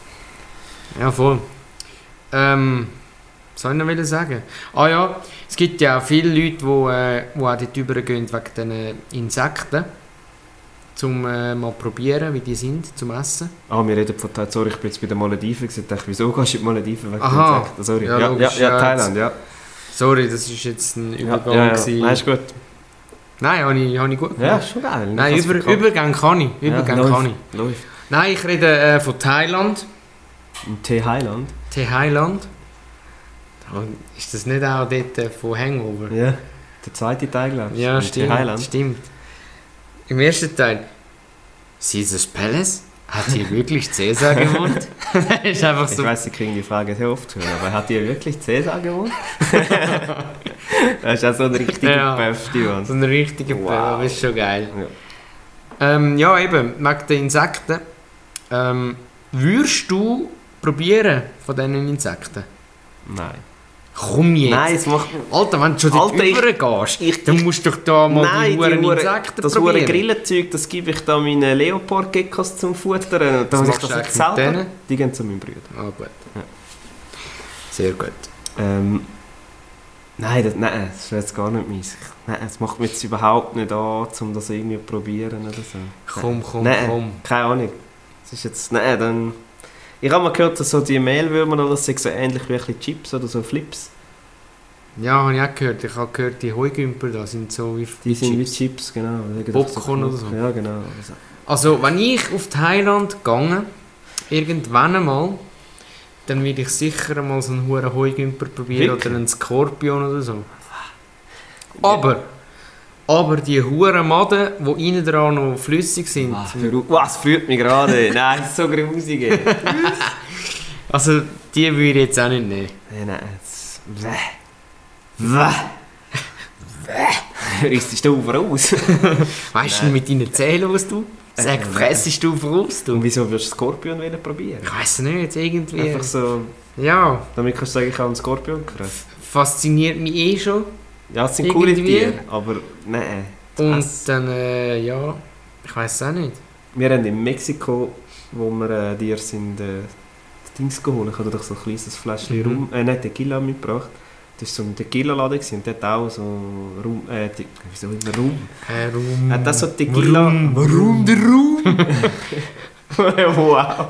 Ja, voll. Ähm, was soll ich noch wollen sagen? Ah ja, es gibt ja auch viele Leute, die, äh, die auch dort rübergehen wegen diesen Insekten. Um äh, mal probieren, wie die sind, zum Essen. Ah, wir reden von Thailand. Sorry, ich bin jetzt bei den Malediven gewesen. Ich dachte, wieso gehst du in die Malediven wegen Aha. den Insekten? Sorry. Ja, Ja, ja, logisch, ja, ja, Thailand, ja. Sorry, das ist jetzt ein Ja, Übergang. ja, ja. gewesen. Nein, ist gut. Nein, habe ich, habe ich gut Ja, gemacht. ist schon geil. Nein, Ich Über, hab's verkauft. Übergang kann ich. Übergang ja, kann ich. läuft, läuft. Nein, ich rede äh, von Thailand. Im Tee Highland? Thailand. Ist das nicht auch dort äh, von Hangover? Ja. Der zweite Teil, glaube ich. Ja, Im stimmt, Tee Highland. stimmt. Im ersten Teil. Caesar's Palace? Hat hier wirklich Cäsar gewohnt? Das ist einfach Ich so. weiss, Sie kriegen die Frage sehr oft hören, aber hat ihr wirklich Cäsar gewohnt? Das ist auch so ein richtiger Ja. Pöfti, Mann. So ein richtiger Wow. Bell, aber ist schon geil. Ja. Ähm, ja, eben, wegen den Insekten. Ähm, würdest du probieren von diesen Insekten? Nein. Komm jetzt! Nein, es macht... Alter, wenn du schon dort Alter, ich- rübergehst, ich- dann musst du doch da mal Nein, die Huren Hure- Insekten das hure probieren. Grillenzeug, das gebe ich da meinen Leopard-Geckos zum Futtern. Und Was dann machst ich du das eigentlich jetzt mit selber. denen? Die gehen zu meinem Bruder. Ah, gut. Ja. Sehr gut. Ähm, nein, das, nein, das ist jetzt gar nicht meins. Nein, das macht mich jetzt überhaupt nicht an, um das irgendwie zu probieren oder so. Komm, komm, nein, komm. keine Ahnung. Das ist jetzt... Nein, dann... Ich habe mal gehört, dass so die Mehlwürmer oder das sind so ähnlich wie ein bisschen Chips oder so Flips. Ja, habe ich auch gehört. Ich habe gehört, die Heugümper da sind so wie Die sind wie Chips. Chips, genau. Die Popcorn oder so. Ja, genau. Also, Also, wenn ich auf Thailand gehe, irgendwann einmal, dann will ich sicher mal so einen huren Heugümper probieren Wirklich? oder einen Skorpion oder so. Aber, aber die huren Maden, die innen dran noch flüssig sind, Ah, hör auf. Was freut mich gerade? Nein, das ist so grusig. ey. also die würde ich jetzt auch nicht nehmen. Nein, nein. Das... Wäh. Wäh. Wäh. Rissest du voraus? Weißt du Nein. mit deinen Zähnen, was du? Sag, Äh, fressest du voraus, du? Und wieso würdest du Skorpion wollen probieren? Ich weiss nicht, irgendwie. Einfach so... Ja, Damit kannst du sagen, ich habe einen Skorpion gefressen. fasziniert mich eh schon. Ja, es sind coole Irgendwie. Tiere, aber nein. Und Das- dann, äh, ja, ich weiss auch nicht. Wir haben in Mexiko, wo wir äh, dir sind, äh, das Dings geholt. Ich habe doch so ein kleines Fläschchen Mhm. Rum, äh, nicht Tequila mitgebracht. Das war so ein Tequila-Laden gewesen und dort auch so Rum, äh, Te- wieso immer Rum? Warum? Hat das so Tequila... Warum? Warum der Ruhm? Wow.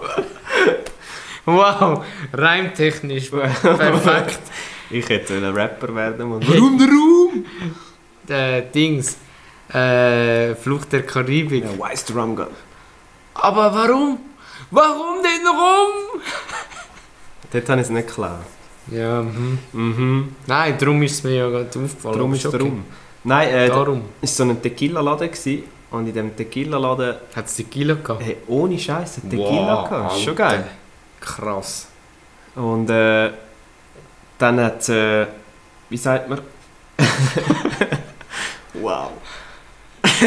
Wow, reimtechnisch perfekt. Ich hätte ein Rapper werden Mann. Warum der Ruhm? Der Dings, äh, Flucht der Karibik. Ja, Wise the Rum Gun. Aber warum? Warum denn Rum? Dort habe ich es nicht geklaut. Ja, mhm. Mhm. Nein, darum ist es mir ja gerade aufgefallen. Darum aber ist ist der okay. Rum. Nein, äh, Darum. es war so ein Tequila-Laden gewesen, und in diesem Tequila-Laden, Hat es Tequila gehabt? hey, ohne Scheiße, Tequila Wow, gehabt. Ist schon Alter. geil. Krass. Und äh, dann hat äh, wie sagt man? Wow.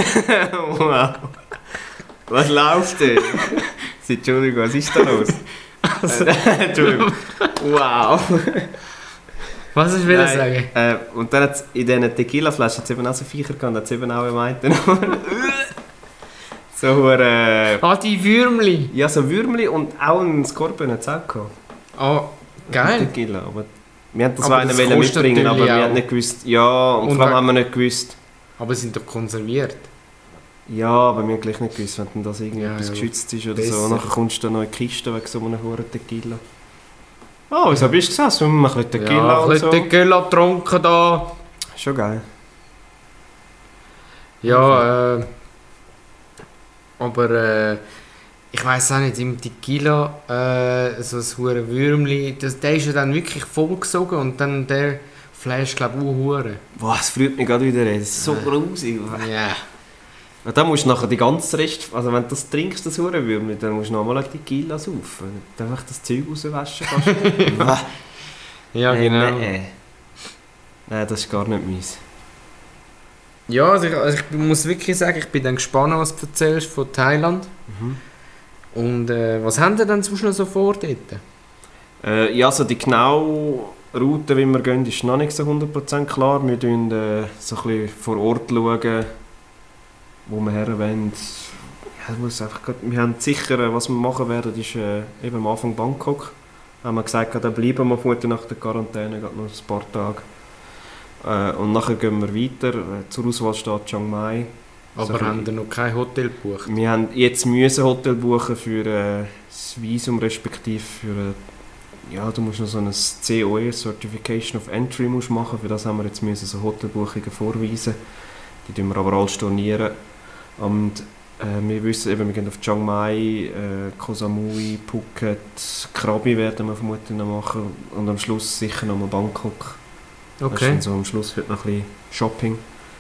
Wow. Was läuft denn? Entschuldigung, was ist da los? Was? Entschuldigung. Wow. Was hast du wieder sagen? Äh, und dann hat es in diesen Tequila-Flaschen eben auch so Viecher gehabt, hat es eben auch gemeint. so äh, Ah, die Würmli. Ja, so Würmli und auch ein Skorpion hat es auch gehabt. Ah, geil. Tequila, aber wir haben das Aber einen das wollen kostet mitbringen, aber natürlich wir auch. haben nicht gewusst. Ja, und, Und vor allem wenn- haben wir nicht gewusst. Aber sie sind doch konserviert. Ja, aber wir haben gleich nicht gewusst, wenn das irgendwie Ja, etwas ja, geschützt ist oder besser. so. Nachher kommst du dann noch in die Kiste wegen so einem hohen Tequila. Ah, wieso bist du gesessen? Ein bisschen Tequila ja, ein und bisschen so. Tequila getrunken da. Schon geil. Ja, äh... Aber, äh... ich weiss auch nicht, im Tequila, äh... so ein hure Würmli, das, der ist ja dann wirklich vollgesogen und dann der Flash, glaube ich, auch hure. Boah, das freut mich gerade wieder. Das ist so Ja. grusig. Ja. Und dann musst du nachher die ganze Rest, also wenn du das trinkst, das Hurenwürmli, dann musst du nochmal ein Tequila saufen. Dann einfach das Zeug rauswaschen kannst. Ja, Hey, genau. Nee. Nein, das ist gar nicht meins. Ja, also ich, also ich muss wirklich sagen, ich bin dann gespannt, was du erzählst von Thailand. Mhm. Und äh, was haben ihr dann sonst noch so vor dort? Äh, ja, also die genaue Route, wie wir gehen, ist noch nicht so hundert Prozent klar. Wir schauen äh, so ein bisschen vor Ort, schauen, wo wir her wollen. Ja, ich muss einfach grad, wir haben sicher, äh, was wir machen werden, ist äh, eben am Anfang Bangkok. Haben wir gesagt, dann bleiben wir vorher nach der Quarantäne, gerade noch ein paar Tage. Äh, und nachher gehen wir weiter. Äh, zur Auswahl steht Chiang Mai. Aber So ein haben ihr noch kein Hotel gebucht? Wir haben jetzt müssen Hotel buchen für äh, das Visum, respektive für äh, ja, du musst noch so ein C O E, Certification of Entry, musst machen. Für das haben wir jetzt müssen so Hotelbuchungen vorweisen. Die tun wir aber alle stornieren. Und äh, wir wissen eben, wir gehen auf Chiang Mai, äh, Koh Samui, Phuket, Krabi werden wir vermutlich noch machen. Und am Schluss sicher noch mal Bangkok. Okay. Weißt du, so am Schluss wird noch ein bisschen Shopping.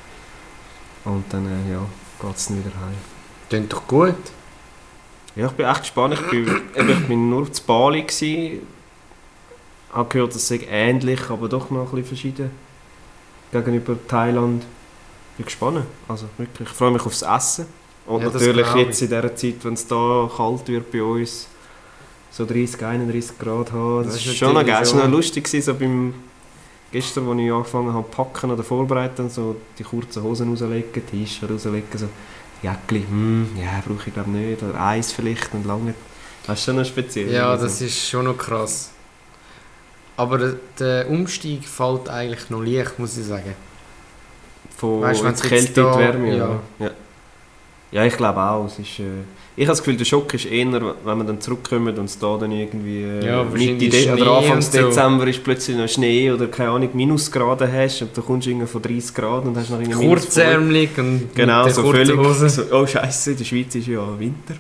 Und dann äh, ja, geht es wieder heim. Klingt doch gut. Ja, ich bin echt gespannt. Ich bin, eben, ich bin nur zu Bali gsi. Habe gehört, es sei ähnlich, aber doch noch ein bisschen verschieden gegenüber Thailand. Bin gespannt. Also wirklich, ich freue mich aufs Essen. Und Ja, das natürlich glaub ich. jetzt in dieser Zeit, wenn es da kalt wird bei uns, so dreißig, einunddreißig Grad haben. Das, Das ist ist schon noch geil. natürlich Es war so. noch lustig gewesen, so beim gestern, als ich angefangen habe zu packen oder vorbereiten, so die kurzen Hosen rauslegen, T-Shirt rauslegen, so Jäckli, hm, ja, brauche ich glaube nicht, oder Eis vielleicht und lange. Das ist schon noch speziell. Ja, Also, das ist schon noch krass. Aber der- der Umstieg fällt eigentlich noch leicht, muss ich sagen. Von Weißt du, in wenn's die jetzt Kälte in die da- Wärme, ja. oder? Ja. Ja, ich glaube auch. Es ist, äh, ich habe das Gefühl, der Schock ist eher, wenn wir dann zurückkommen und es da dann irgendwie äh, Ja, Mitte wahrscheinlich De oder Schnee Anfang und so. Dezember ist plötzlich noch Schnee oder keine Ahnung, Minusgrade hast und du kommst irgendwie von dreißig Grad und hast noch irgendwie minus fünf. Kurzärmelig und Genau, mit der so kurzen völlig. Hose. So, oh Scheiße, in der Schweiz ist ja Winter.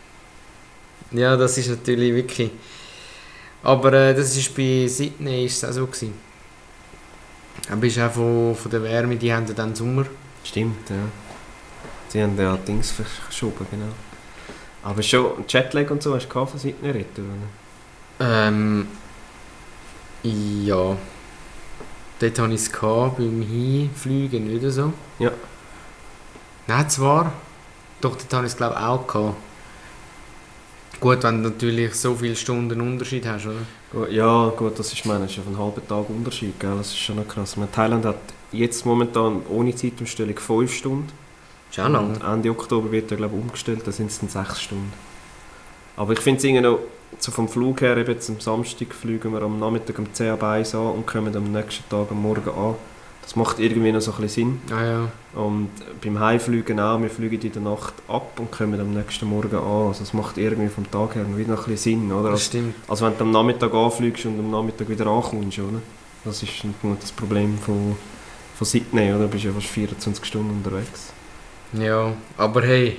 Ja, das ist natürlich wirklich... Aber äh, das ist bei Sydney ist es auch so gewesen. Du bist auch von, von der Wärme, die haben dann Sommer. Stimmt, ja. Sie haben ja Dings verschoben, genau. Aber schon Jetlag und so hast du gehabt von Sydney Retour, oder? Ähm... Ja... Dort hatte ich es gehabt, beim Hinfliegen, nicht so? Ja. Nein, zwar. Doch, dort habe ich es glaube ich auch gehabt. Gut, wenn du natürlich so viele Stunden Unterschied hast, oder? Gut, ja, gut, das ist, meine, das ist auf einen halben Tag Unterschied, gell? Das ist schon noch krass. Meine, Thailand hat jetzt momentan ohne Zeitumstellung fünf Stunden. Ist auch lang. Und Ende Oktober wird er, glaube ich, umgestellt, da sind es dann sechs Stunden. Aber ich finde es irgendwie noch, so vom Flug her, eben jetzt am Samstag fliegen wir am Nachmittag um zehn Uhr eins an und kommen am nächsten Tag am Morgen an. Das macht irgendwie noch so ein bisschen Sinn. Ah ja. Und beim Heimfliegen auch, wir fliegen in der Nacht ab und kommen am nächsten Morgen an. Also das macht irgendwie vom Tag her wieder noch ein bisschen Sinn, oder? Das Also, stimmt. also wenn du am Nachmittag anfliegst und am Nachmittag wieder ankommst, oder? Das ist nur das Problem von, von Sydney, oder? Du bist ja fast vierundzwanzig Stunden unterwegs. Ja, aber hey.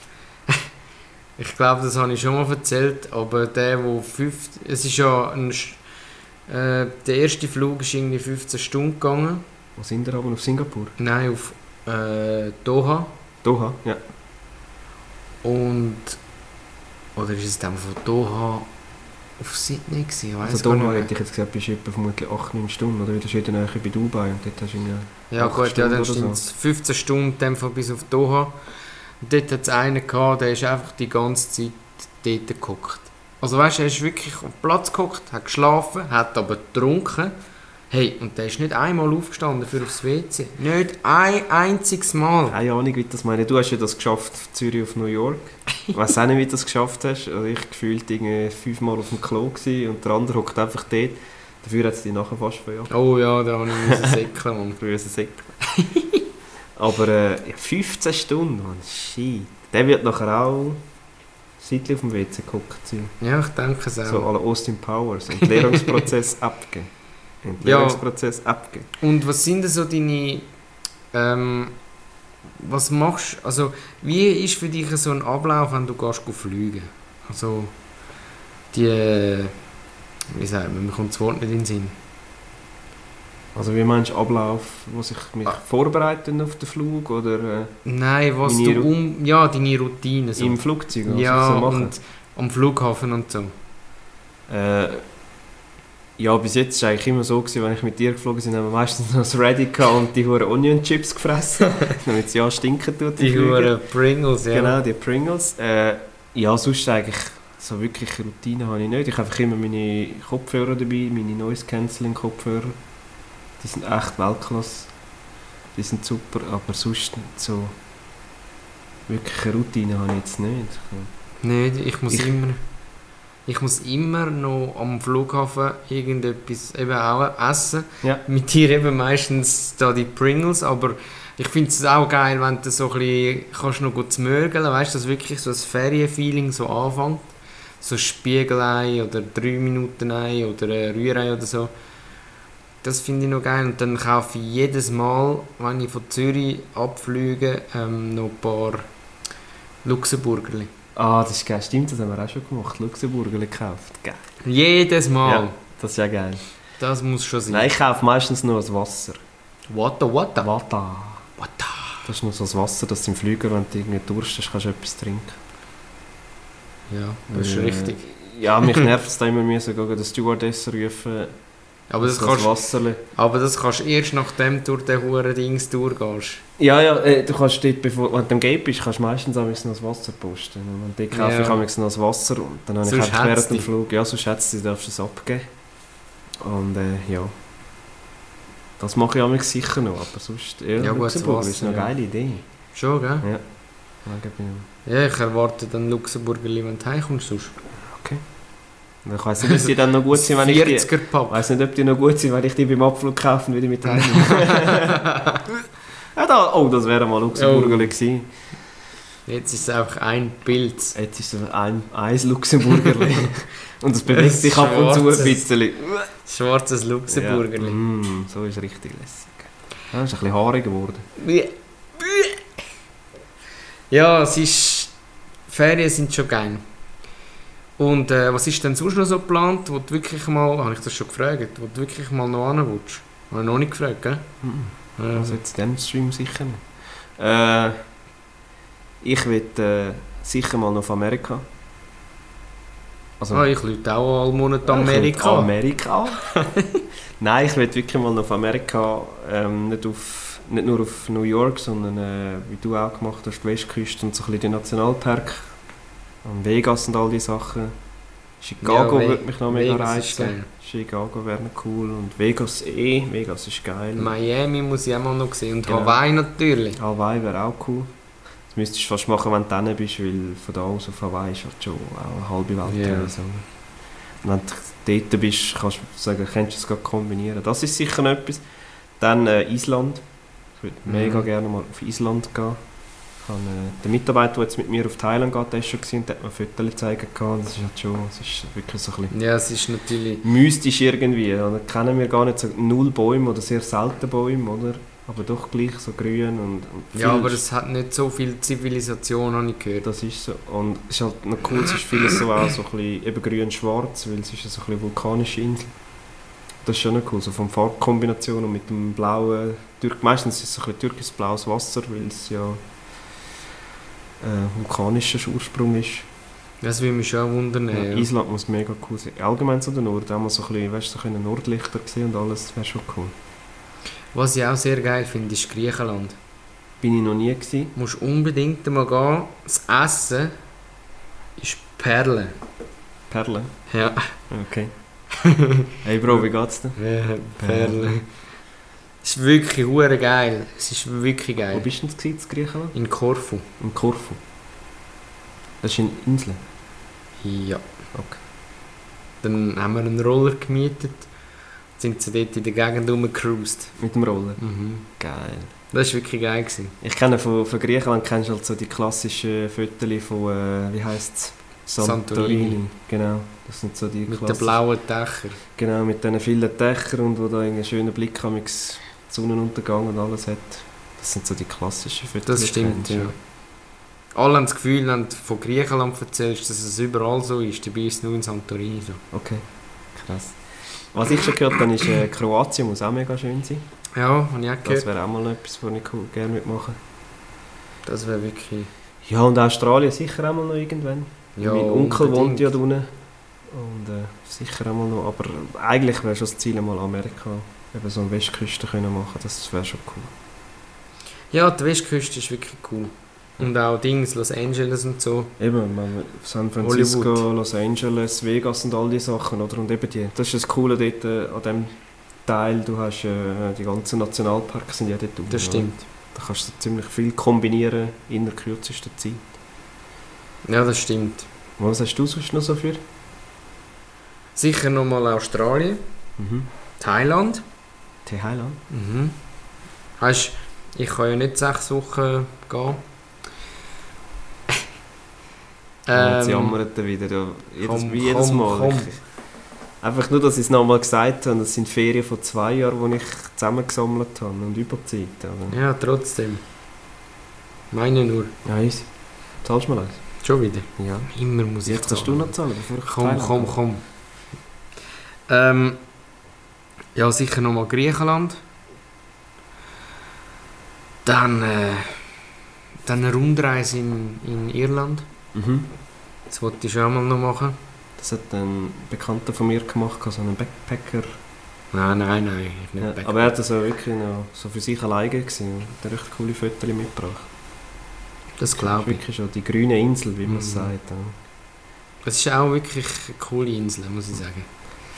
Ich glaube, das habe ich schon mal erzählt, aber der, der fünf... Es ist ja ein... Sch- Äh, der erste Flug ist irgendwie fünfzehn Stunden gegangen. Wo sind wir aber? Auf Singapur? Nein, auf äh, Doha. Doha, ja. Und... Oder ist es dann von Doha auf Sydney gewesen? Ich weiss Also gar Doha nicht hätte ich jetzt gesagt, bist du etwa vermutlich acht neun Stunden, oder? Weil das ist in der Nähe bei Dubai und dort hast du irgendwie... Ja acht gut, ja, Stunden dann oder so. stimmt es. fünfzehn Stunden in dem Fall bis auf Doha. Und dort hat es einen gehabt, der ist einfach die ganze Zeit dort geguckt. Also weißt du, er ist wirklich auf den Platz gehockt, hat geschlafen, hat aber getrunken. Hey, und der ist nicht einmal aufgestanden für aufs W C. Nicht ein einziges Mal. Keine Ahnung, wie das meine. Du hast ja das geschafft, von Zürich auf New York. Ich weiss auch nicht, wie du das geschafft hast. Also ich gefühlt irgendwie fünfmal auf dem Klo gewesen und der andere hockt einfach dort. Dafür hat es dich nachher fast verjagt. Oh ja, da habe ich müssen säckeln, Mann. Früher säckeln. Aber äh, fünfzehn Stunden, Mann, shit. Der wird nachher auch seitlich auf dem W C gehockt sein. Ja, ich denke es auch. So alle Austin Powers. Entleerungsprozess abgeben. Entleerungsprozess ja. abgeben. Und was sind denn so deine... Ähm, was machst du... Also, wie ist für dich so ein Ablauf, wenn du gehst fliegen? Also, die... Wie sagt man? Mir kommt das Wort nicht in den Sinn. Also wie meinst du Ablauf, wo sich mich ah. vorbereiten auf den Flug oder äh, nein, was du um ja deine Routine so. Im Flugzeug was ja so machen. Und am Flughafen und so. Äh, ja, bis jetzt war es eigentlich immer so gewesen, wenn ich mit dir geflogen bin, haben wir meistens noch das Ready und die hure Onion Chips gefressen, damit es ja stinken tut. Die hure Pringles, ja. Genau, die Pringles. Äh, ja, sonst eigentlich so wirklich Routine habe ich nicht. Ich habe einfach immer meine Kopfhörer dabei, meine Noise Cancelling Kopfhörer. Die sind echt Weltklasse. Die sind super, aber sonst nicht so wirklich eine Routine habe ich jetzt nicht. Nicht, ich muss ich, immer ich muss immer noch am Flughafen irgendetwas eben auch essen. Ja. Mit dir eben meistens da die Pringles, aber ich finde es auch geil, wenn du so ein bisschen kannst noch gut zmörgeln, weißt du, dass wirklich so das Ferienfeeling so anfängt. So Spiegelei oder drei Minuten Ei oder Rührei oder so. Das finde ich noch geil. Und dann kaufe ich jedes Mal, wenn ich von Zürich abfliege, ähm, noch ein paar Luxemburgerli. Ah, das ist geil. Stimmt, das haben wir auch schon gemacht. Luxemburgerli gekauft. Geil. Jedes Mal. Ja, das ist ja geil. Das muss schon sein. Nein, ich kaufe meistens nur das Wasser. Wata, wata? Wata. Wata. Das ist nur so das Wasser, dass du im Flieger, wenn du irgendwie Durst hast, kannst du etwas trinken. Ja, das ist äh, richtig. Ja, mich nervt es da immer mehr, so gegen den Stewardess rufen. Aber das, das kannst, aber das kannst du erst nachdem du durch den huren Dings durchgehst. Ja, ja, äh, du kannst dort, bevor, wenn du am Gate bist, kannst du meistens noch das Wasser posten. Und dort kaufe ja. ich noch das Wasser und dann habe ich halt während dem Flug, ja, so schätzt du, darfst du es abgeben. Und äh, ja, das mache ich auch sicher noch, aber sonst, ja, ja Luxemburg Wasser, ist eine ja. geile Idee. Schon, gell? Ja. Ja, ich erwarte dann Luxemburgerli, wenn du heimkommst sonst. Okay. Ich weiss nicht, ob die dann noch gut sind, wenn ich die... Ich weiss nicht, ob die noch gut sind, wenn ich die beim Abflug kaufe und wieder mit heimnehme. ja, da, oh, das wäre mal Luxemburgerli oh. gewesen. Jetzt ist es einfach ein Pilz. Jetzt ist es ein, ein Luxemburgerli. Und es bewegt sich ab und zu ein bisschen. Schwarzes Luxemburgerli. Ja. Mm, so ist richtig lässig. Ja, ist ein bisschen haarig geworden. Ja, es ist... Ferien sind schon geil. Und äh, was ist denn sonst noch so geplant, wo du wirklich mal... Habe ich das schon gefragt? Wo du wirklich mal noch hin willst? Habe ich noch nicht gefragt, gell? Mhm. Ja. Also jetzt in diesem Stream sicher nicht. Äh, ich will äh, sicher mal noch auf Amerika. Also, ah, ich lüte auch alle Monate Amerika. Amerika? Nein, ich will wirklich mal noch auf Amerika. Ähm, nicht auf... Nicht nur auf New York, sondern äh, wie du auch gemacht hast, die Westküste und so ein bisschen die Nationalpark. Und Vegas und all diese Sachen. Chicago ja, würde mich noch mega reizen. Chicago wäre noch cool. Und Vegas eh, Vegas ist geil. Miami muss ich auch mal noch sehen. Und genau. Hawaii natürlich. Hawaii wäre auch cool. Das müsstest du fast machen, wenn du dann bist, weil von da aus auf Hawaii ist halt schon auch eine halbe Welt. Yeah. So. Und wenn du dort bist, kannst du sagen, kannst du es kombinieren. Das ist sicher noch etwas. Dann äh, Island. Ich würde mhm. mega gerne mal auf Island gehen. Ich habe, äh, der Mitarbeiter, der jetzt mit mir auf Thailand geht, der ist schon gewesen, und der hat mir Fotos gezeigt. Das ist halt schon, das ist wirklich so ein bisschen ja, es ist natürlich mystisch irgendwie. Da kennen wir gar nicht so null Bäume oder sehr selten Bäume, oder? Aber doch gleich so grün und, und ja, aber es hat nicht so viel Zivilisation, habe ich gehört. Das ist so. Und es ist halt noch cool, es ist vieles so auch so ein bisschen eben grün-schwarz, weil es ist so ein bisschen vulkanische Insel. Das ist schon noch cool, so von Farbkombination und mit dem blauen, meistens ist es so ein bisschen türkisblaues Wasser, weil es ja äh, vulkanischer Ursprung ist. Das würde mich schon wundern. Ja, ja. Island muss mega cool sein. Allgemein so der Norden, auch mal so ein bisschen, weißt, so Nordlichter gesehen und alles, das wäre schon cool. Was ich auch sehr geil finde, ist Griechenland. Bin ich noch nie gewesen. Du musst unbedingt mal gehen. Das Essen ist Perle. Perle? Ja. Okay. Hey Bro, wie geht's dir? Ja, Perle. Es ist wirklich hure geil. Es ist wirklich Wo geil. bist du denn in Griechenland? In Korfu. In Korfu. Das ist eine Insel? Ja. Okay. Dann haben wir einen Roller gemietet. Sind sie dort in der Gegend rumgecruised. Mit dem Roller? Mhm. Geil. Das war wirklich geil. Gewesen. Ich kenne von, von Griechenland kennst du halt so die klassischen Fotos von, äh, wie heisst es? Santorini. Santorini. Genau. Das sind so die Mit den klassischen. blauen Dächern. Genau, mit diesen vielen Dächern und wo da einen schönen Blick am Sonnenuntergang und alles hat. Das sind so die klassischen Fotos. Das die stimmt, kennst, ja. Alle haben das Gefühl, wenn du von Griechenland erzählst, dass es überall so ist. Dabei ist es nur in Santorini so. Okay, krass. Was ich schon gehört habe, ist äh, Kroatien muss auch mega schön sein. Ja, habe ich auch Das gehört. wäre auch mal noch etwas, was ich cool- gerne machen würde. Das wäre wirklich... Ja, und Australien sicher auch mal noch irgendwann. Ja, mein Onkel wohnt unbedingt. ja da unten. Und äh, sicher auch mal noch. Aber eigentlich wäre schon das Ziel, mal Amerika, eben so eine Westküste können machen. Das wäre schon cool. Ja, die Westküste ist wirklich cool. Und auch Dings, Los Angeles und so. Eben, man, San Francisco, Hollywood. Los Angeles, Vegas und all diese Sachen, oder? Und eben die, das ist das Coole dort äh, an dem Teil, du hast äh, die ganzen Nationalparks sind ja dort unten, Das stimmt. oder? Da kannst du ziemlich viel kombinieren in der kürzesten Zeit. Ja, das stimmt. Was hast du sonst noch so für? Sicher nochmal Australien, Mhm. Thailand. Thailand? Mhm. Weißt, ich kann ja nicht sechs Wochen gehen. Ähm, jetzt Ähm, jammert er wieder. Ja, jedes, komm, wie jedes komm, Mal. komm. Ich, einfach nur, dass ich es nochmal gesagt habe, das sind Ferien von zwei Jahren, die ich zusammengesammelt habe und Überzeit. Aber Ja, trotzdem. Meine nur. ja, easy. Zahlst du mal eins? Schon wieder. Ja. Immer muss ich Jetzt kannst du noch zahlen, bevor ich Komm, Thailand komm, gehe. komm. Ähm, ja, sicher nochmal Griechenland. Dann, äh, dann eine Rundreise in, in Irland. Mhm. Das wollte ich schon einmal noch machen. Das hat ein Bekannter von mir gemacht, so einen Backpacker. Nein, nein, nein. Ich nicht Ja, back- aber er hat das auch wirklich noch so für sich alleine gesehen und hat recht coole Fotos mitgebracht. Das glaube ich. Wirklich schon die grüne Insel, wie man es Mhm. sagt. Ja. Es ist auch wirklich eine coole Insel, muss ich sagen.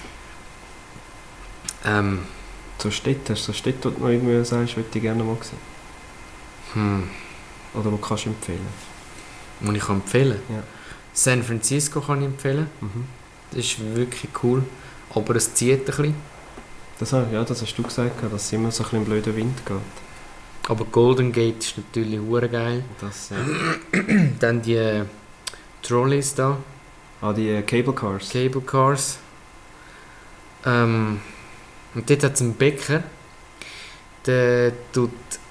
Ähm, So Städte, hast du so Städte, wo du noch irgendwie sagst, würde ich gerne mal sehen? hm, Oder wo kannst du empfehlen? was ich kann empfehlen Ja. San Francisco kann ich empfehlen. Mhm. Das ist wirklich cool. Aber es zieht ein bisschen. Das, ha- ja, das hast du gesagt, dass es immer so ein bisschen blöder Wind geht. Aber Golden Gate ist natürlich hure geil. Das, äh, Dann die äh, Trolleys da, ah, die äh, Cable Cars. Cable Cars. Ähm, und dort hat es einen Bäcker, der tut,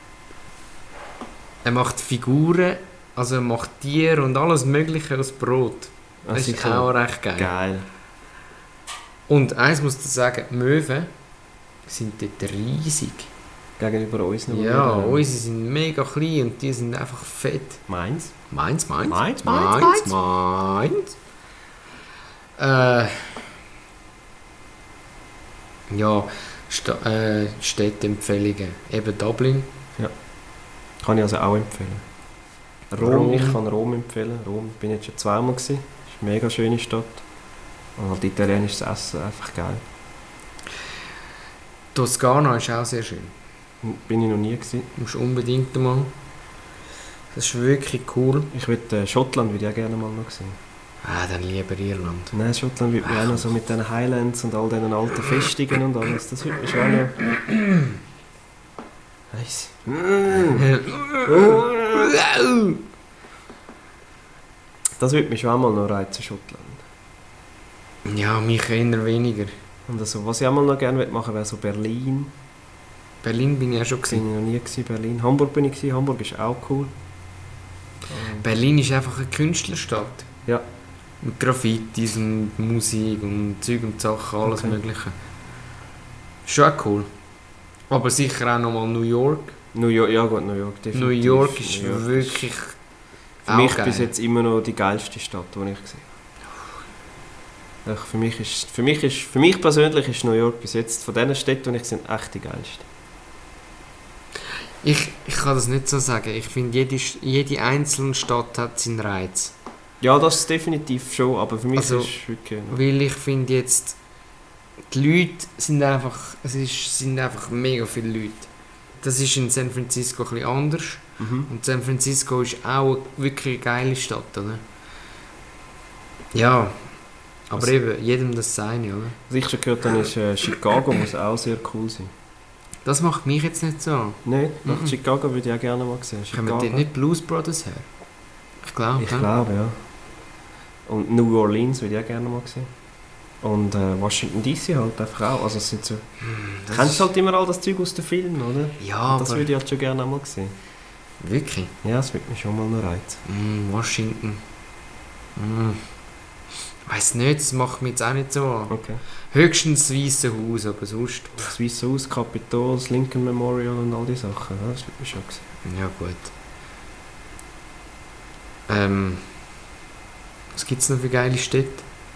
er macht Figuren, also er macht Tiere und alles mögliche aus Brot. Ah, Das ist sicher. auch recht geil. Geil. Und eins muss ich sagen, Möwen sind dort riesig. Gegenüber uns noch. Ja, äh, unsere sind mega klein und die sind einfach fett. Meins? Meins, meins, Meins, meins, meins, meins. Äh, ja, Sta äh, Städteempfehlungen. Eben Dublin. Kann ich also auch empfehlen. Rom, Rom. ich kann Rom empfehlen. Rom bin ich jetzt schon zweimal gewesen. Ist eine mega schöne Stadt. Und halt italienisches Essen, einfach geil. Toskana ist auch sehr schön. Bin ich noch nie gewesen. Musst unbedingt mal. Das ist wirklich cool. Ich würde äh, Schottland würde ich auch gerne mal noch sehen. Ah, dann lieber Irland. Nein, Schottland würde mich auch noch so mit den Highlands und all diesen alten Festungen und alles. Das würde mich schon auch noch... Nice. Das würde mich schon auch mal noch reizen, Schottland. Ja, mich eher weniger. Und also, was ich auch mal noch gerne machen würde, wäre so Berlin. Berlin bin ich auch schon Bin ich gesehen. noch nie gewesen, Berlin. Hamburg bin ich gewesen. Hamburg ist auch cool. Ähm, Berlin ist einfach eine Künstlerstadt. Ja. Mit Graffitis und Musik und Zeug und Sachen, alles Okay. Mögliche. Schon auch cool. Aber sicher auch nochmal New York. New York, ja gut, New York, definitiv. New York ist New York wirklich für auch mich geil. bis jetzt immer noch die geilste Stadt, die ich gesehen habe. Für mich, ist, für, mich ist, für mich persönlich ist New York bis jetzt von diesen Städten, die ich gesehen habe, echt die geilste. Ich, ich kann das nicht so sagen. Ich finde, jede, jede einzelne Stadt hat seinen Reiz. Ja, das ist definitiv schon, aber für mich Also, ist es wirklich... Weil ich finde jetzt, die Leute sind einfach, es ist, sind einfach mega viele Leute. Das ist in San Francisco ein bisschen anders. Mhm. Und San Francisco ist auch wirklich eine geile Stadt, oder? Ja, aber Also, eben, jedem das seine, oder? was ich schon gehört habe, ist äh, Chicago muss auch sehr cool sein. Das macht mich jetzt nicht so an. Nein, nach Mhm. Chicago würde ich auch gerne mal sehen. Kommen dort nicht Blues Brothers her? Ich glaube, Ich hä? glaube, ja. Und New Orleans würde ich auch gerne mal sehen. Und äh, Washington D C halt einfach auch. Also es sind so... Hm, Du das kennst ist- halt immer all das Zeug aus den Filmen, oder? Ja, Und das aber... würde ich halt schon gerne mal sehen. Wirklich? Ja, das würde mich schon mal noch reizen. Mm, Washington. Mm. Weiß nicht, das macht mich jetzt auch nicht so an. Okay. Höchstens das Weiße Haus, aber sonst... Das Weiße Haus, Kapitol, das Lincoln Memorial und all die Sachen. Ja, das würde mich schon sehen. Ja, gut. Ähm... Was gibt es noch für geile Städte?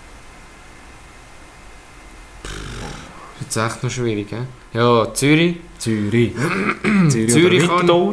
Pff, ist jetzt echt noch schwierig, hä? Ja, Zürich. Zürich. Zürich, Zürich oder kann- Winterthur.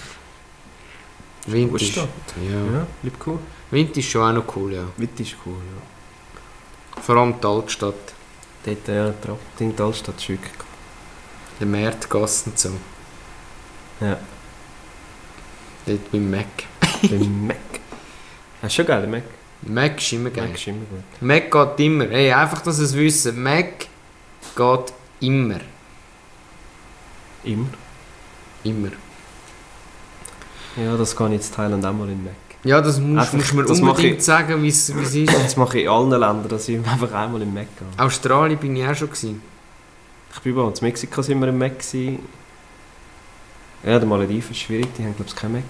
Wind Gute ist... Stadt. Ja. Ja, bleibt cool. Wind ist schon auch noch cool, ja. Witt ist cool, ja. Vor allem die Altstadt. Dort, ja, die in der Altstadt ist wirklich cool. Der Märtgasse und so. Ja. Dort beim Mac. Beim Mac. Das ist schon geil, der Mac. Mac ist immer geil. Mac ist immer gut. Mac geht immer. Hey, einfach, dass ihr es wissen. Mac geht immer. Immer. Immer. Ja, das gehe ich in Thailand auch mal in Mac. Ja, das muss, Einfach, musst du mir das mache unbedingt ich- sagen, wie es wie es ist. Das mache ich in allen Ländern, dass ich einfach einmal im Mac gehe. Australien bin ich auch schon gewesen. Ich bin überall. In Mexiko sind wir im Mac gewesen. Ja, der Malediven ist schwierig, die haben glaube ich kein Mac.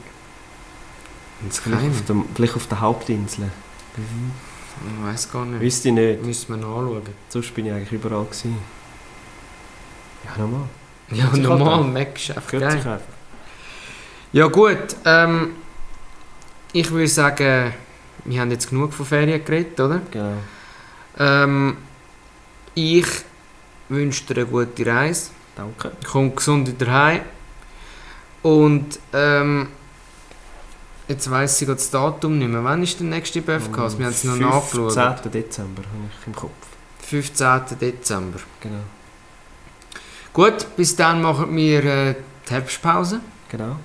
Ins Vielleicht Geheime. auf, der, vielleicht auf der Hauptinsel. Ich weiß gar nicht. Wüsste ich nicht. Müssen wir noch anschauen. Sonst bin ich eigentlich überall gewesen. Ja, normal. Ja, Gehört sich halt normal, an. Mac ist einfach Gehört sich geil. einfach. Ja gut, ähm, ich würde sagen, wir haben jetzt genug von Ferien geredet, oder? Genau. Ähm, ich wünsche dir eine gute Reise. Danke. Komm gesund wieder heim. Und ähm, jetzt weiss ich gerade das Datum nicht mehr. Wann ist der nächste B F K? Wir haben es noch nachgeschaut. fünfzehnten Dezember habe ich im Kopf. fünfzehnten Dezember. Genau. Gut, bis dann machen wir äh, die Herbstpause. Genau.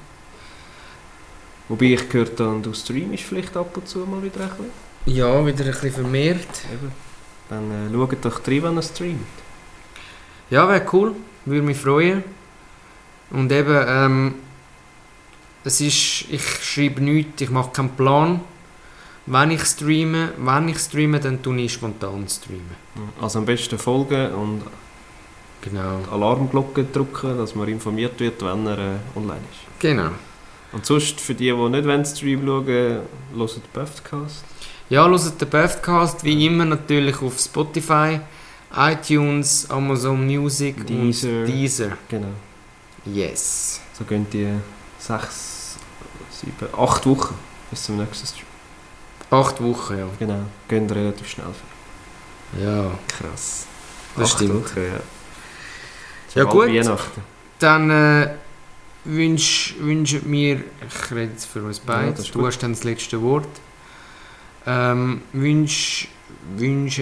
Wobei ich gehört habe, du streamst vielleicht ab und zu mal wieder ein bisschen. Ja, wieder ein bisschen vermehrt. Eben. Dann äh, schaut doch rein, wenn er streamt. Ja, wäre cool. Würde mich freuen. Und eben, ähm, es ist, ich schreibe nichts, ich mache keinen Plan. Wenn ich streame, wenn ich streame, dann tue ich spontan streamen. Also am besten folgen und Genau. die Alarmglocke drücken, dass man informiert wird, wenn er äh, online ist. Genau. Und sonst, für die, die nicht den Stream schauen, hören den Podcast. Ja, hört den Podcast wie immer natürlich auf Spotify, iTunes, Amazon Music Deezer. und Deezer. Genau. Yes. So gehen die sechs, sieben, acht Wochen bis zum nächsten Stream. Acht Wochen, ja. Genau. Gehen relativ schnell. Ja, Krass. das Acht stimmt. Wochen, ja. Ja, Bald gut. Weihnachten. Dann äh, wünsch, wünschen wir, ich rede jetzt für uns Ja, beide, das ist du gut. hast dann das letzte Wort. Ähm, wünsch, wünsch,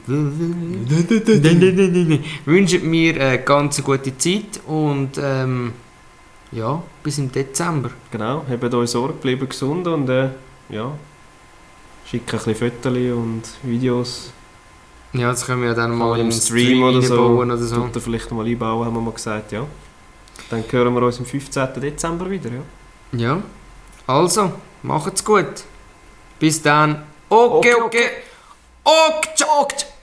wünschen mir eine ganz gute Zeit und ähm, ja, bis im Dezember. Genau. Habt euch Sorge, bleibt gesund und äh, ja, schickt ein bisschen Fotos und Videos. Ja, das können wir ja dann Kann mal man im im Stream, Stream oder so, einbauen oder so. Tut ihr vielleicht mal einbauen, haben wir mal gesagt, ja. Dann hören wir uns am fünfzehnten Dezember wieder, ja. Ja, also, macht's gut. Bis dann. Okay, okay. Okay, okay.